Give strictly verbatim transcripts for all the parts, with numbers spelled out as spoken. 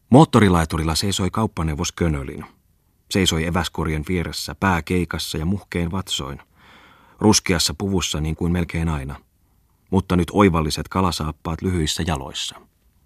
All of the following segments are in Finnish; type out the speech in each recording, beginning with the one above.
Moottorilaiturilla seisoi kauppaneuvos Könölin. Seisoi eväskorien vieressä, pää keikassa ja muhkein vatsoin. Ruskeassa puvussa niin kuin melkein aina, mutta nyt oivalliset kalasaappaat lyhyissä jaloissa.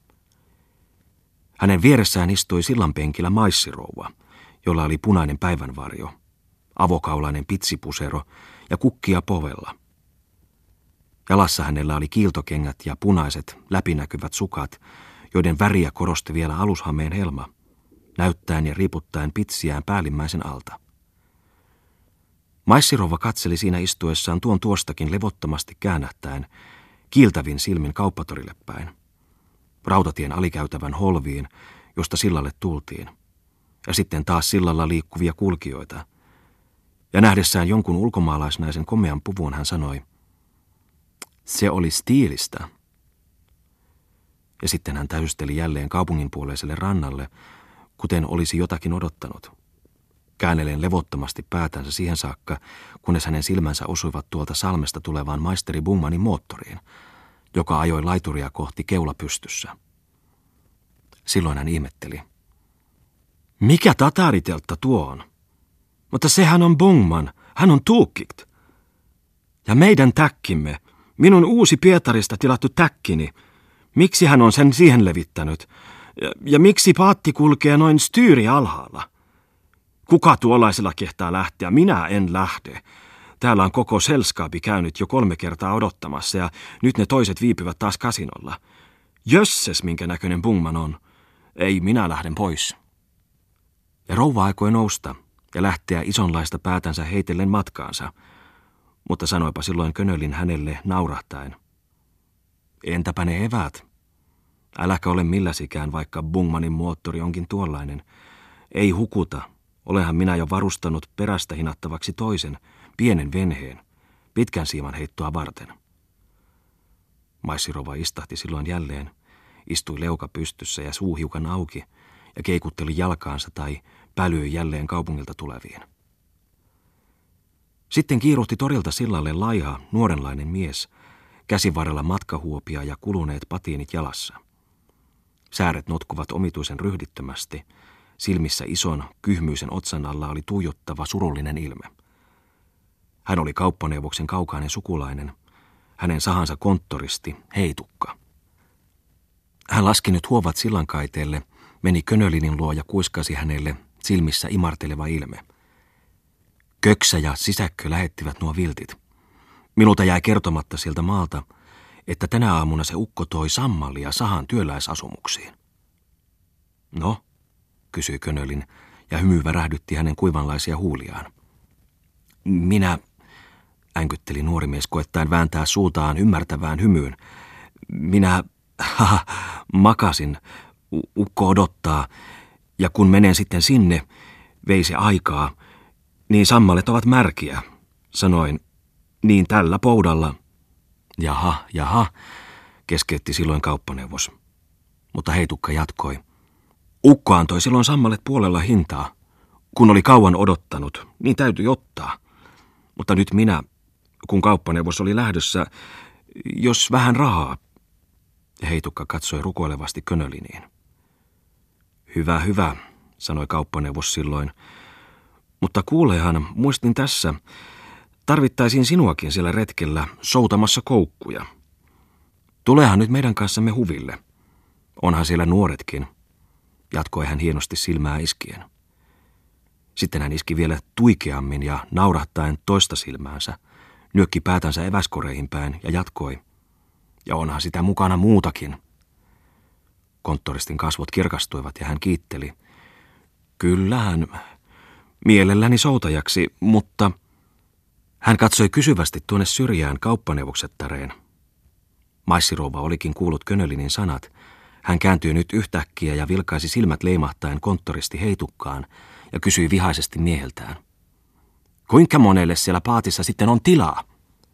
Hänen vieressään istui sillanpenkillä maissirouva, jolla oli punainen päivänvarjo, avokaulainen pitsipusero ja kukkia povella. Jalassa hänellä oli kiiltokengät ja punaiset, läpinäkyvät sukat, joiden väriä korosti vielä alushameen helma, näyttäen ja riiputtaen pitsiään päällimmäisen alta. Maissirouva katseli siinä istuessaan tuon tuostakin levottomasti käännähtäen, kiiltävin silmin kauppatorille päin, rautatien alikäytävän holviin, josta sillalle tultiin, ja sitten taas sillalla liikkuvia kulkijoita. Ja nähdessään jonkun ulkomaalaisnaisen komean puvun hän sanoi, se oli stiilistä. Ja sitten hän täysteli jälleen kaupunginpuoleiselle rannalle, kuten olisi jotakin odottanut. Käännellen levottomasti päätänsä siihen saakka, kunnes hänen silmänsä osuivat tuolta salmesta tulevaan maisteri Bungmanin moottoriin, joka ajoi laituria kohti keula pystyssä. Silloin hän ihmetteli. Mikä tatariteltta tuo on? Mutta sehän on Bungman, hän on tuukikt. Ja meidän täkkimme, minun uusi Pietarista tilattu täkkini, miksi hän on sen siihen levittänyt? Ja, ja miksi paatti kulkee noin styyri alhaalla? Kuka tuollaisella kehtaa lähteä? Minä en lähde. Täällä on koko selskaapi käynyt jo kolme kertaa odottamassa ja nyt ne toiset viipyvät taas kasinolla. Jösses, minkä näköinen Bungman on. Ei, minä lähden pois. Ja rouva aikoi nousta ja lähteä isonlaista päätänsä heitellen matkaansa, mutta sanoipa silloin Könölin hänelle naurahtaen. Entäpä ne eväät? Äläkä ole milläsikään, vaikka Bungmanin moottori onkin tuollainen. Ei hukuta. Olenhan minä jo varustanut perästä hinattavaksi toisen, pienen venheen, pitkän siiman heittoa varten. Maissirouva istahti silloin jälleen, istui leuka pystyssä ja suu hiukan auki ja keikutteli jalkaansa tai pälyi jälleen kaupungilta tuleviin. Sitten kiiruhti torilta sillalle laiha, nuorenlainen mies, käsivarrella matkahuopia ja kuluneet patiinit jalassa. Sääret notkuvat omituisen ryhdittömästi, silmissä ison, kyhmyisen otsan alla oli tuijottava surullinen ilme. Hän oli kauppaneuvoksen kaukainen sukulainen, hänen sahansa konttoristi, Heitukka. Hän laski nyt huovat sillankaiteelle, meni Könölinin luo ja kuiskasi hänelle silmissä imarteleva ilme. Köksä ja sisäkkö lähettivät nuo viltit. Minulta jäi kertomatta sieltä maalta, että tänä aamuna se ukko toi sammalia sahan työläisasumuksiin. No, kysyi Könölin, ja hymy värähdytti hänen kuivanlaisia huuliaan. Minä, änkytteli nuori mies koettaen vääntää suutaan ymmärtävään hymyyn. Minä, haha, makasin, ukko odottaa, ja kun menen sitten sinne, vei se aikaa, niin sammalet ovat märkiä, sanoin, niin tällä poudalla. Jaha, jaha, keskeytti silloin kauppaneuvos, mutta Heitukka jatkoi. Ukko antoi silloin sammalet puolella hintaa. Kun oli kauan odottanut, niin täytyi ottaa. Mutta nyt minä, kun kauppaneuvos oli lähdössä, jos vähän rahaa. Heitukka katsoi rukoilevasti Könöliniin. Hyvä, hyvä, sanoi kauppaneuvos silloin. Mutta kuulehan, muistin tässä, tarvittaisiin sinuakin siellä retkellä soutamassa koukkuja. Tulehan nyt meidän kanssamme huville. Onhan siellä nuoretkin, jatkoi hän hienosti silmää iskien. Sitten hän iski vielä tuikeammin ja naurahtaen toista silmäänsä, nyökki päätänsä eväskoreihin päin ja jatkoi. Ja onhan sitä mukana muutakin. Konttoristin kasvot kirkastuivat ja hän kiitteli. Kyllähän, mielelläni soutajaksi, mutta... Hän katsoi kysyvästi tuonne syrjään kauppaneuvoksettareen. Maissirouva olikin kuullut Könölinin sanat. Hän kääntyi nyt yhtäkkiä ja vilkaisi silmät leimahtaen konttoristi Heitukkaan ja kysyi vihaisesti mieheltään. Kuinka monelle siellä paatissa sitten on tilaa?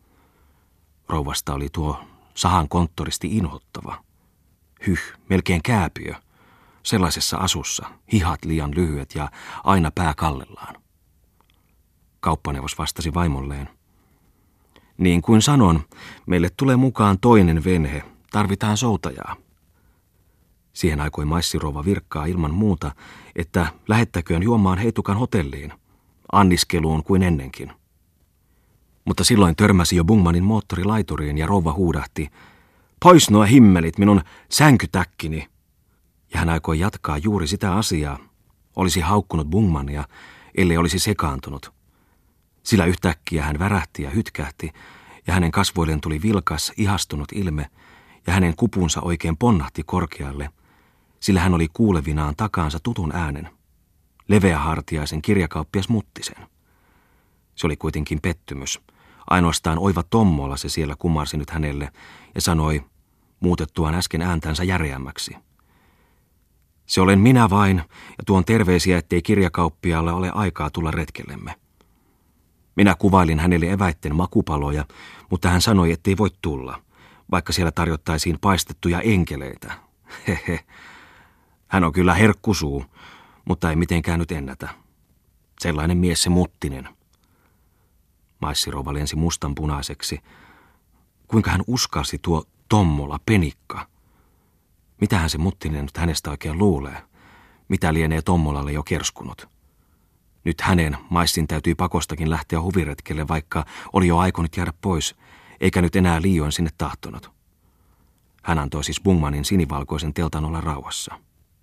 Rouvasta oli tuo sahan konttoristi inhottava. Hyh, melkein kääpiö. Sellaisessa asussa, hihat liian lyhyet ja aina pää kallellaan. Kauppaneuvos vastasi vaimolleen. Niin kuin sanon, meille tulee mukaan toinen venhe, tarvitaan soutajaa. Siihen aikoi maissirouva virkkaa ilman muuta, että lähettäköön juomaan Heitukan hotelliin, anniskeluun kuin ennenkin. Mutta silloin törmäsi jo Bungmanin moottori laituriin ja rouva huudahti, pois nuo himmelit, minun sänkytäkkini. Ja hän aikoi jatkaa juuri sitä asiaa, olisi haukkunut Bungmania, ellei olisi sekaantunut. Sillä yhtäkkiä hän värähti ja hytkähti, ja hänen kasvoilleen tuli vilkas, ihastunut ilme, ja hänen kupunsa oikein ponnahti korkealle, sillä hän oli kuulevinaan takaansa tutun äänen, leveähartiaisen kirjakauppias Muttisen. Se oli kuitenkin pettymys. Ainoastaan oiva Tommola se siellä kumarsi nyt hänelle ja sanoi, muutettuaan äsken ääntänsä järeämmäksi. Se olen minä vain, ja tuon terveisiä, ettei kirjakauppiaalla ole aikaa tulla retkellemme. Minä kuvailin hänelle eväitten makupaloja, mutta hän sanoi, ettei voi tulla, vaikka siellä tarjottaisiin paistettuja enkeleitä. Hehe. Hän on kyllä herkkusuu, mutta ei mitenkään nyt ennätä. Sellainen mies se Muttinen. Maissirouva lensi mustanpunaiseksi. Kuinka hän uskalsi tuo Tommola penikka? Mitähän se Muttinen nyt hänestä oikein luulee? Mitä lienee Tommolalle jo kerskunut? Nyt hänen, Maissin, täytyi pakostakin lähteä huviretkelle, vaikka oli jo aikonut jäädä pois, eikä nyt enää liioin sinne tahtonut. Hän antoi siis Bungmanin sinivalkoisen teltan olla rauhassa.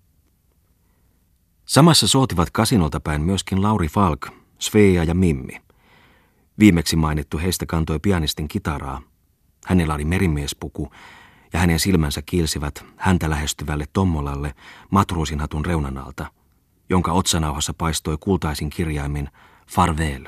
Samassa soutivat kasinolta päin myöskin Lauri Falk, Svea ja Mimmi. Viimeksi mainittu heistä kantoi pianistin kitaraa. Hänellä oli merimiespuku, ja hänen silmänsä kiilsivät häntä lähestyvälle Tommolalle matruusinhatun reunan alta, jonka otsanauhassa paistoi kultaisin kirjaimin Farvel.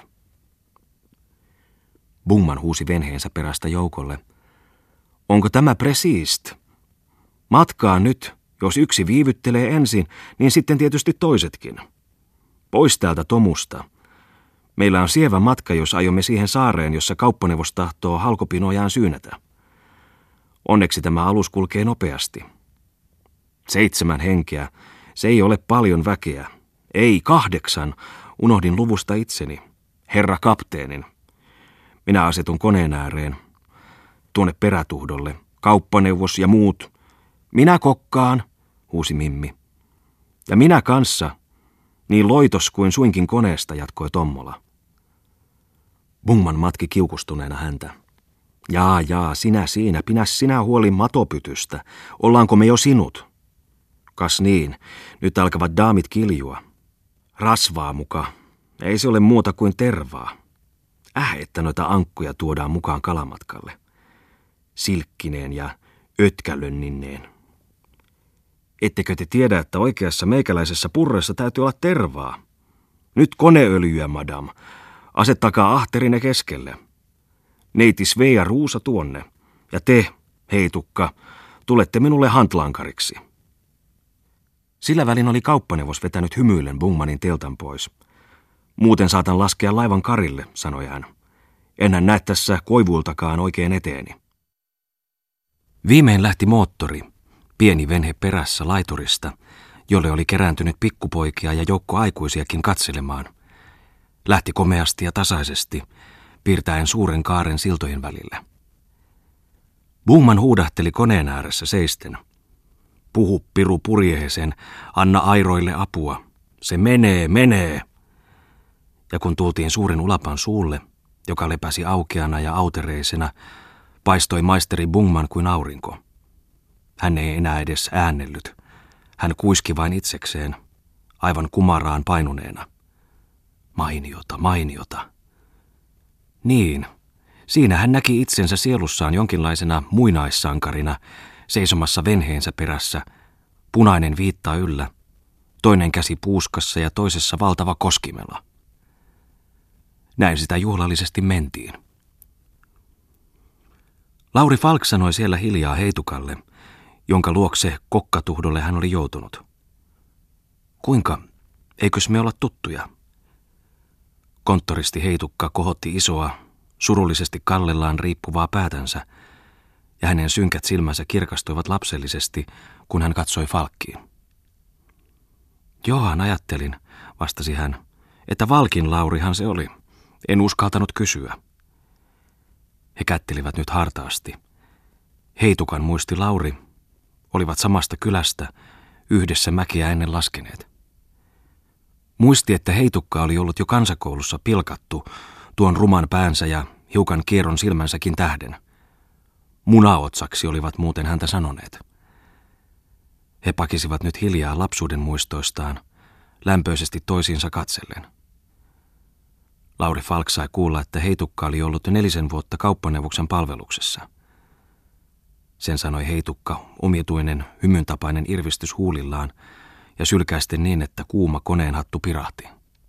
Bungman huusi venheensä perästä joukolle. Onko tämä presiist? Matkaa nyt, jos yksi viivyttelee ensin, niin sitten tietysti toisetkin. Pois täältä tomusta. Meillä on sievä matka, jos aiomme siihen saareen, jossa kauppaneuvos tahtoo halkopinojaan syynätä. Onneksi tämä alus kulkee nopeasti. Seitsemän henkeä. Se ei ole paljon väkeä. Ei, kahdeksan. Unohdin luvusta itseni. Herra kapteenin. Minä asetun koneen ääreen. Tuonne perätuhdolle. Kauppaneuvos ja muut. Minä kokkaan, huusi Mimmi. Ja minä kanssa. Niin loitos kuin suinkin koneesta, jatkoi Tommola. Bungman matki kiukustuneena häntä. Jaa, jaa, sinä siinä, pinä sinä huoli matopytystä. Ollaanko me jo sinut? Kas niin, nyt alkavat daamit kiljua. Rasvaa muka. Ei se ole muuta kuin tervaa. Äh, että noita ankkuja tuodaan mukaan kalamatkalle. Silkkineen ja ötkälönninneen. Ettekö te tiedä, että oikeassa meikäläisessä purressa täytyy olla tervaa? Nyt koneöljyä, madam. Asettakaa ahterine keskelle. Neiti Svea Ruusa tuonne. Ja te, Heitukka, tulette minulle hantlankariksi. Sillä välin oli kauppaneuvos vetänyt hymyillen Bungmanin teltan pois. Muuten saatan laskea laivan karille, sanoi hän. Enhän näe tässä koivuiltakaan oikein eteeni. Viimein lähti moottori, pieni venhe perässä laiturista, jolle oli kerääntynyt pikkupoikia ja joukko aikuisiakin katselemaan. Lähti komeasti ja tasaisesti, piirtäen suuren kaaren siltojen välillä. Bungman huudahteli koneen ääressä seisten. Puhu, piru purjeeseen, anna airoille apua. Se menee, menee. Ja kun tultiin suuren ulapan suulle, joka lepäsi aukeana ja autereisena, paistoi maisteri Bungman kuin aurinko. Hän ei enää edes äännellyt. Hän kuiski vain itsekseen, aivan kumaraan painuneena. Mainiota, mainiota. Niin, siinä hän näki itsensä sielussaan jonkinlaisena muinaissankarina, seisomassa venheensä perässä, punainen viitta yllä, toinen käsi puuskassa ja toisessa valtava koskimela. Näin sitä juhlallisesti mentiin. Lauri Falk sanoi siellä hiljaa Heitukalle, jonka luokse kokkatuhdolle hän oli joutunut. Kuinka? Eikös me olla tuttuja? Konttoristi Heitukka kohotti isoa, surullisesti kallellaan riippuvaa päätänsä, ja hänen synkät silmänsä kirkastuivat lapsellisesti, kun hän katsoi Falkkiin. Johan ajattelin, vastasi hän, että Valkin Laurihan se oli. En uskaltanut kysyä. He kättelivät nyt hartaasti. Heitukan muisti Lauri, olivat samasta kylästä yhdessä mäkiä ennen laskeneet. Muisti, että Heitukka oli ollut jo kansakoulussa pilkattu tuon ruman päänsä ja hiukan kierron silmänsäkin tähden. Munaotsaksi olivat muuten häntä sanoneet. He pakisivat nyt hiljaa lapsuuden muistoistaan, lämpöisesti toisiinsa katsellen. Lauri Falk sai kuulla, että Heitukka oli ollut nelisen vuotta kauppaneuvoksen palveluksessa. Sen sanoi Heitukka, omituinen, hymyntapainen irvistys huulillaan ja sylkäisten niin, että kuuma koneenhattu pirahti.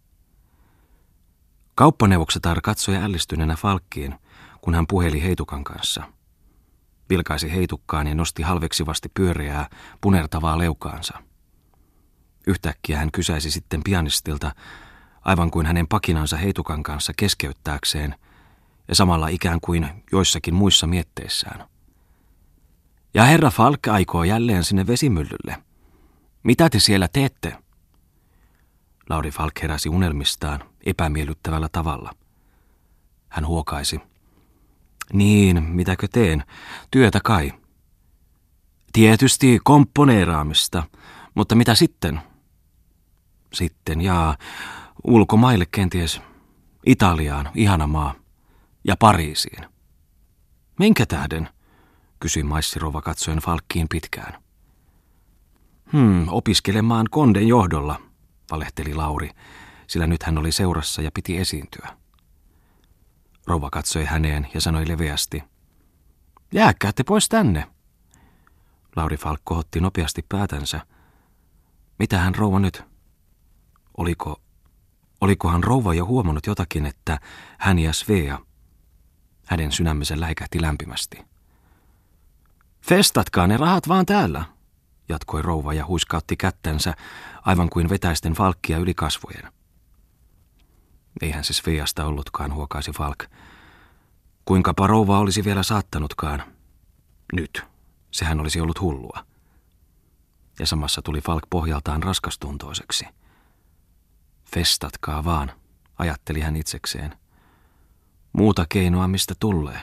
Kauppaneuvoksetar katsoi ällistyneenä Falkkiin, kun hän puheli Heitukan kanssa. Vilkaisi Heitukkaan ja nosti halveksivasti pyöreää, punertavaa leukaansa. Yhtäkkiä hän kysäisi sitten pianistilta, aivan kuin hänen pakinansa Heitukan kanssa keskeyttääkseen ja samalla ikään kuin joissakin muissa mietteissään. Ja herra Falk aikoo jälleen sinne vesimyllylle. Mitä te siellä teette? Lauri Falk heräsi unelmistaan epämiellyttävällä tavalla. Hän huokaisi. Niin, mitäkö teen? Työtä kai. Tietysti komponeeraamista, mutta mitä sitten? Sitten, jaa, ulkomaille kenties. Italiaan, ihana maa. Ja Pariisiin. Minkä tähden? Kysyi maissirouva katsoen Falkkiin pitkään. Hmm, opiskelemaan Konden johdolla, valehteli Lauri, sillä nyt hän oli seurassa ja piti esiintyä. Rouva katsoi häneen ja sanoi leveästi. Jääkäätte pois tänne. Lauri Falk kohotti nopeasti päätänsä. Mitähän rouva nyt? Oliko, olikohan rouva jo huomannut jotakin, että hän ja Svea? Hänen sydämensä läikähti lämpimästi. Festatkaa ne rahat vaan täällä, jatkoi rouva ja huiskautti kättänsä aivan kuin vetäisten Falkkia yli kasvojen. Eihän se Sveasta ollutkaan, huokaisi Falk. Kuinkapa rouva olisi vielä saattanutkaan? Nyt. Sehän olisi ollut hullua. Ja samassa tuli Falk pohjaltaan raskastuntoiseksi. Festatkaa vaan, ajatteli hän itsekseen. Muuta keinoa mistä tulee.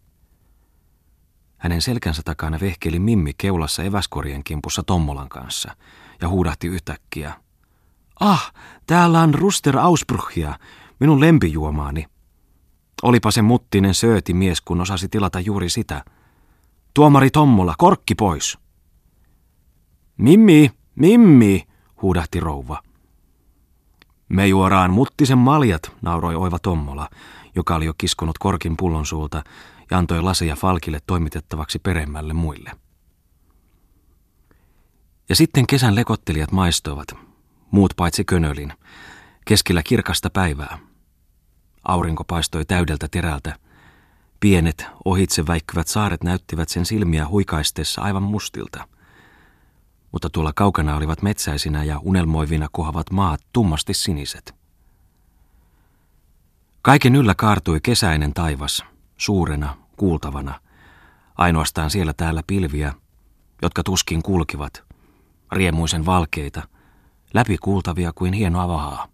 Hänen selkänsä takana vehkeli Mimmi keulassa eväskorien kimpussa Tommolan kanssa ja huudahti yhtäkkiä. Ah, täällä on Ruster Ausbruchia, minun lempijuomaani. Olipa se muttinen sööti mies, kun osasi tilata juuri sitä. Tuomari Tommola, korkki pois. Mimmi, Mimmi, huudahti rouva. Me juoraan muttisen maljat, nauroi oiva Tommola, joka oli jo kiskonut korkin pullon suulta ja antoi laseja Falkille toimitettavaksi peremmälle muille. Ja sitten kesän lekottelijat maistoivat, muut paitsi Könölin, keskellä kirkasta päivää. Aurinko paistoi täydeltä terältä. Pienet, ohitse väikkyvät saaret näyttivät sen silmiä huikaisteessa aivan mustilta. Mutta tuolla kaukana olivat metsäisinä ja unelmoivina kohavat maat tummasti siniset. Kaiken yllä kaartui kesäinen taivas, suurena, kuultavana, ainoastaan siellä täällä pilviä, jotka tuskin kulkivat, riemuisen valkeita, läpikuultavia kuin hienoa vahaa.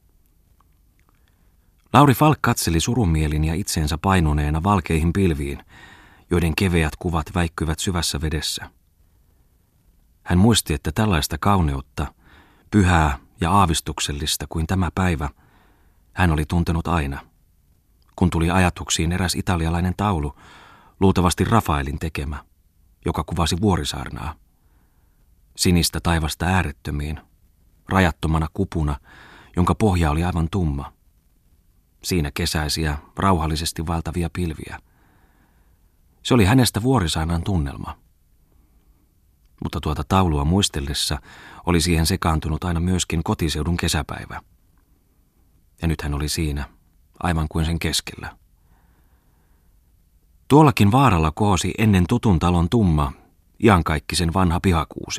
Lauri Falk katseli surumielin ja itseensä painuneena valkeihin pilviin, joiden keveät kuvat väikkyvät syvässä vedessä. Hän muisti, että tällaista kauneutta, pyhää ja aavistuksellista kuin tämä päivä, hän oli tuntenut aina, kun tuli ajatuksiin eräs italialainen taulu, luultavasti Rafaelin tekemä, joka kuvasi vuorisaarnaa. Sinistä taivasta äärettömiin, rajattomana kupuna, jonka pohja oli aivan tumma. Siinä kesäisiä, rauhallisesti vaeltavia pilviä. Se oli hänestä vuorisaarnan tunnelma. Mutta tuota taulua muistellessa oli siihen sekaantunut aina myöskin kotiseudun kesäpäivä. Ja nyt hän oli siinä, aivan kuin sen keskellä. Tuollakin vaaralla kohosi ennen tutun talon tumma, iankaikkisen vanha pihakuusi.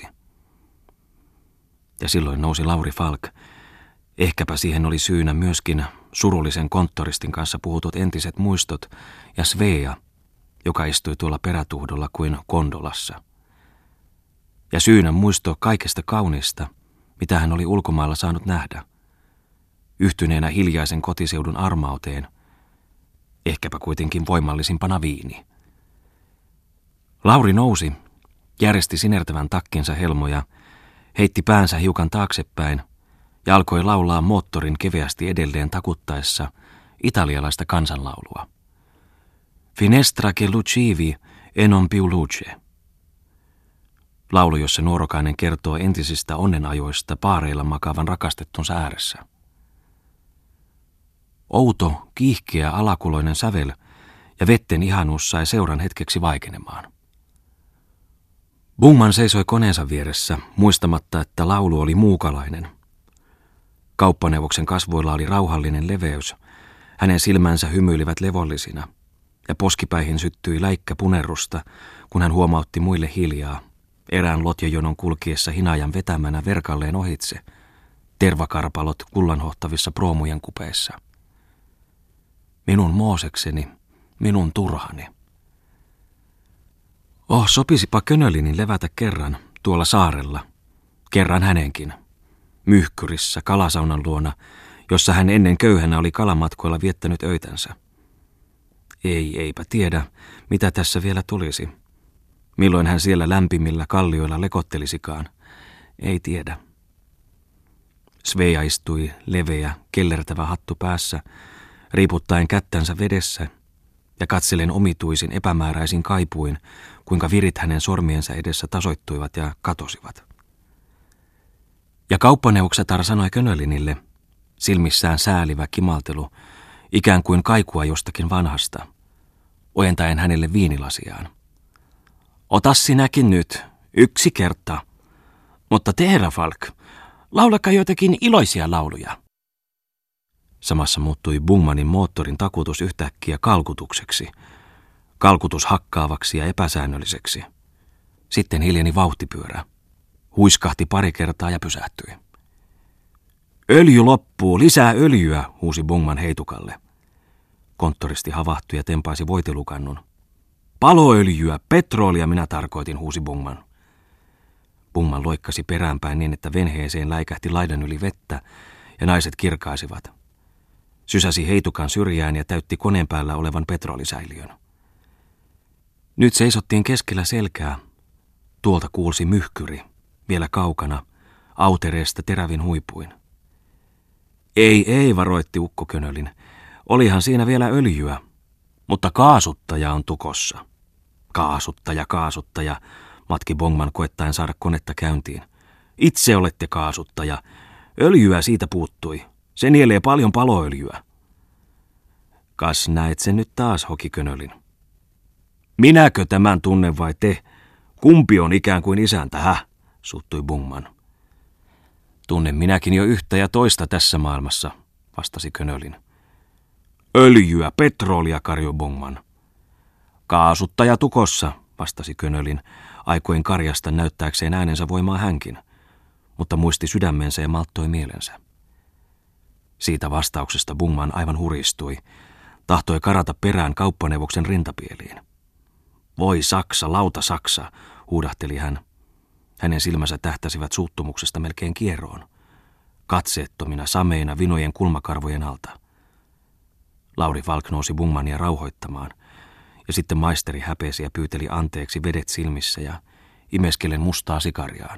Ja silloin nousi Lauri Falk. Ehkäpä siihen oli syynä myöskin surullisen konttoristin kanssa puhutut entiset muistot ja Svea, joka istui tuolla perätuhdolla kuin kondolassa. Ja syynä muisto kaikesta kaunista, mitä hän oli ulkomailla saanut nähdä. Yhtyneenä hiljaisen kotiseudun armauteen, ehkäpä kuitenkin voimallisimpana viini. Lauri nousi, järjesti sinertävän takkinsa helmoja heitti päänsä hiukan taaksepäin ja alkoi laulaa moottorin keveästi edelleen takuttaessa italialaista kansanlaulua. Finestra che lucivi e non più luce. Laulu, jossa nuorokainen kertoo entisistä onnenajoista paareilla makaavan rakastettunsa ääressä. Outo, kiihkeä, alakuloinen sävel ja vetten ihanuus sai seuran hetkeksi vaikenemaan. Bungman seisoi koneensa vieressä, muistamatta, että laulu oli muukalainen. Kauppaneuvoksen kasvoilla oli rauhallinen leveys, hänen silmänsä hymyilivät levollisina, ja poskipäihin syttyi läikkä punerrusta, kun hän huomautti muille hiljaa, erään lotjojonon kulkiessa hinajan vetämänä verkalleen ohitse, tervakarpalot kullanhohtavissa proomujen kupeissa. Minun Moosekseni, minun turhani. Oh, sopisipa Könölinin levätä kerran tuolla saarella, kerran hänenkin, Myhkyrissä kalasaunan luona, jossa hän ennen köyhänä oli kalamatkoilla viettänyt öitänsä. Ei, eipä tiedä, mitä tässä vielä tulisi. Milloin hän siellä lämpimillä kallioilla lekottelisikaan, ei tiedä. Svea istui leveä, kellertävä hattu päässä, riiputtaen kättänsä vedessä, ja katselen omituisin epämääräisin kaipuin, kuinka virit hänen sormiensa edessä tasoittuivat ja katosivat. Ja kauppaneuvoksetar sanoi Könölinille, silmissään säälivä kimaltelu, ikään kuin kaikua jostakin vanhasta, ojentaen hänelle viinilasiaan. Ota sinäkin nyt, yksi kerta, mutta te, herra Falk, laulakaa joitakin iloisia lauluja. Samassa muuttui Bungmanin moottorin takutus yhtäkkiä kalkutukseksi, kalkutus hakkaavaksi ja epäsäännölliseksi. Sitten hiljeni vauhtipyörä. Huiskahti pari kertaa ja pysähtyi. Öljy loppuu, lisää öljyä, huusi Bungman heitukalle. Konttoristi havahtui ja tempaisi voitelukannun. Paloöljyä, petroolia minä tarkoitin, huusi Bungman. Bungman loikkasi peräänpäin niin, että venheeseen läikähti laidan yli vettä ja naiset kirkaisivat. Sysäsi heitukan syrjään ja täytti koneen päällä olevan petrolisäiliön. Nyt seisottiin keskellä selkää. Tuolta kuulsi myhkyri, vielä kaukana, autereesta terävin huipuin. Ei, ei, varoitti ukko Könölin. Olihan siinä vielä öljyä, mutta kaasuttaja on tukossa. Kaasuttaja, kaasuttaja, matki Bungman koettaen saada konetta käyntiin. Itse olette kaasuttaja. Öljyä siitä puuttui. Se nielee paljon paloöljyä. Kas näet sen nyt taas, hoki Könölin. Minäkö tämän tunnen vai te? Kumpi on ikään kuin isäntä, häh? Suuttui Bungman. Tunnen minäkin jo yhtä ja toista tässä maailmassa, vastasi Könölin. Öljyä, petrolia, karjoi Bungman. Kaasuttaja tukossa, vastasi Könölin, aikoen karjasta näyttääkseen äänensä voimaa hänkin, mutta muisti sydämensä ja malttoi mielensä. Siitä vastauksesta Bungman aivan huristui, tahtoi karata perään kauppaneuvoksen rintapieliin. Voi Saksa, lauta Saksa, huudahteli hän. Hänen silmänsä tähtäsivät suuttumuksesta melkein kieroon, katseettomina sameina vinojen kulmakarvojen alta. Lauri Falk nousi Bungmania rauhoittamaan, ja sitten maisteri häpesi ja pyyteli anteeksi vedet silmissä ja imeskelen mustaa sikariaan.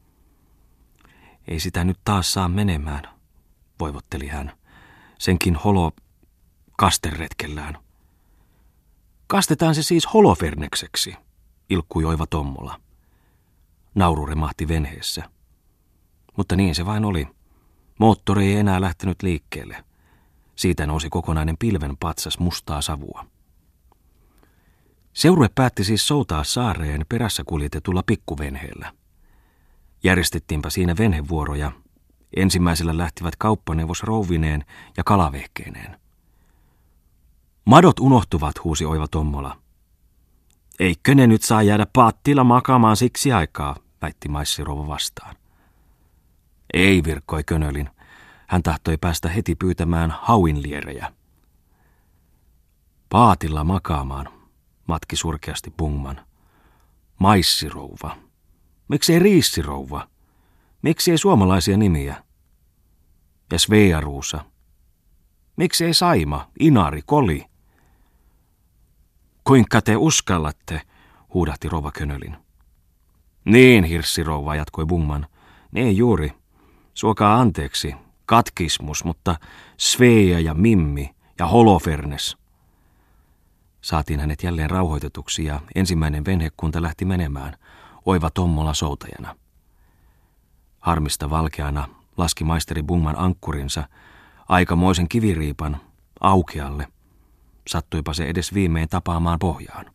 Ei sitä nyt taas saa menemään, voivotteli hän, senkin holo kasteretkellään. Kastetaan se siis holofernekseksi, ilkkui oiva Tommola. Nauru remahti venheessä. Mutta niin se vain oli. Moottori ei enää lähtenyt liikkeelle. Siitä nousi kokonainen pilven patsas mustaa savua. Seurue päätti siis soutaa saareen perässä kuljetetulla pikkuvenheellä. Järjestettiinpä siinä venhevuoroja. Ensimmäisellä lähtivät kauppaneuvos rouvineen ja kalavehkeineen. Madot unohtuvat, huusi oiva Tommola. Eikö ne nyt saa jäädä paattilla makaamaan siksi aikaa, väitti maissirouva vastaan. Ei, virkkoi Könölin. Hän tahtoi päästä heti pyytämään hauinlierejä. Paatilla makaamaan, matki surkeasti Bungman. Maissirouva. Miksei riissirouva? Miksi ei suomalaisia nimiä? Ja Svea-Ruusa. Miksi ei Saima, Inari, Koli? Kuinka te uskallatte, huudahti rouva Könölin. Niin, hirssirouva, jatkoi Bungman. Niin juuri. Suokaa anteeksi. Katkismus, mutta Svea ja Mimmi ja Holofernes. Saatiin hänet jälleen rauhoitetuksi ja ensimmäinen venhekunta lähti menemään, oiva Tommola soutajana. Harmista valkeana laski maisteri Bungman ankkurinsa aikamoisen kiviriipan aukealle. Sattuipa se edes viimein tapaamaan pohjaan.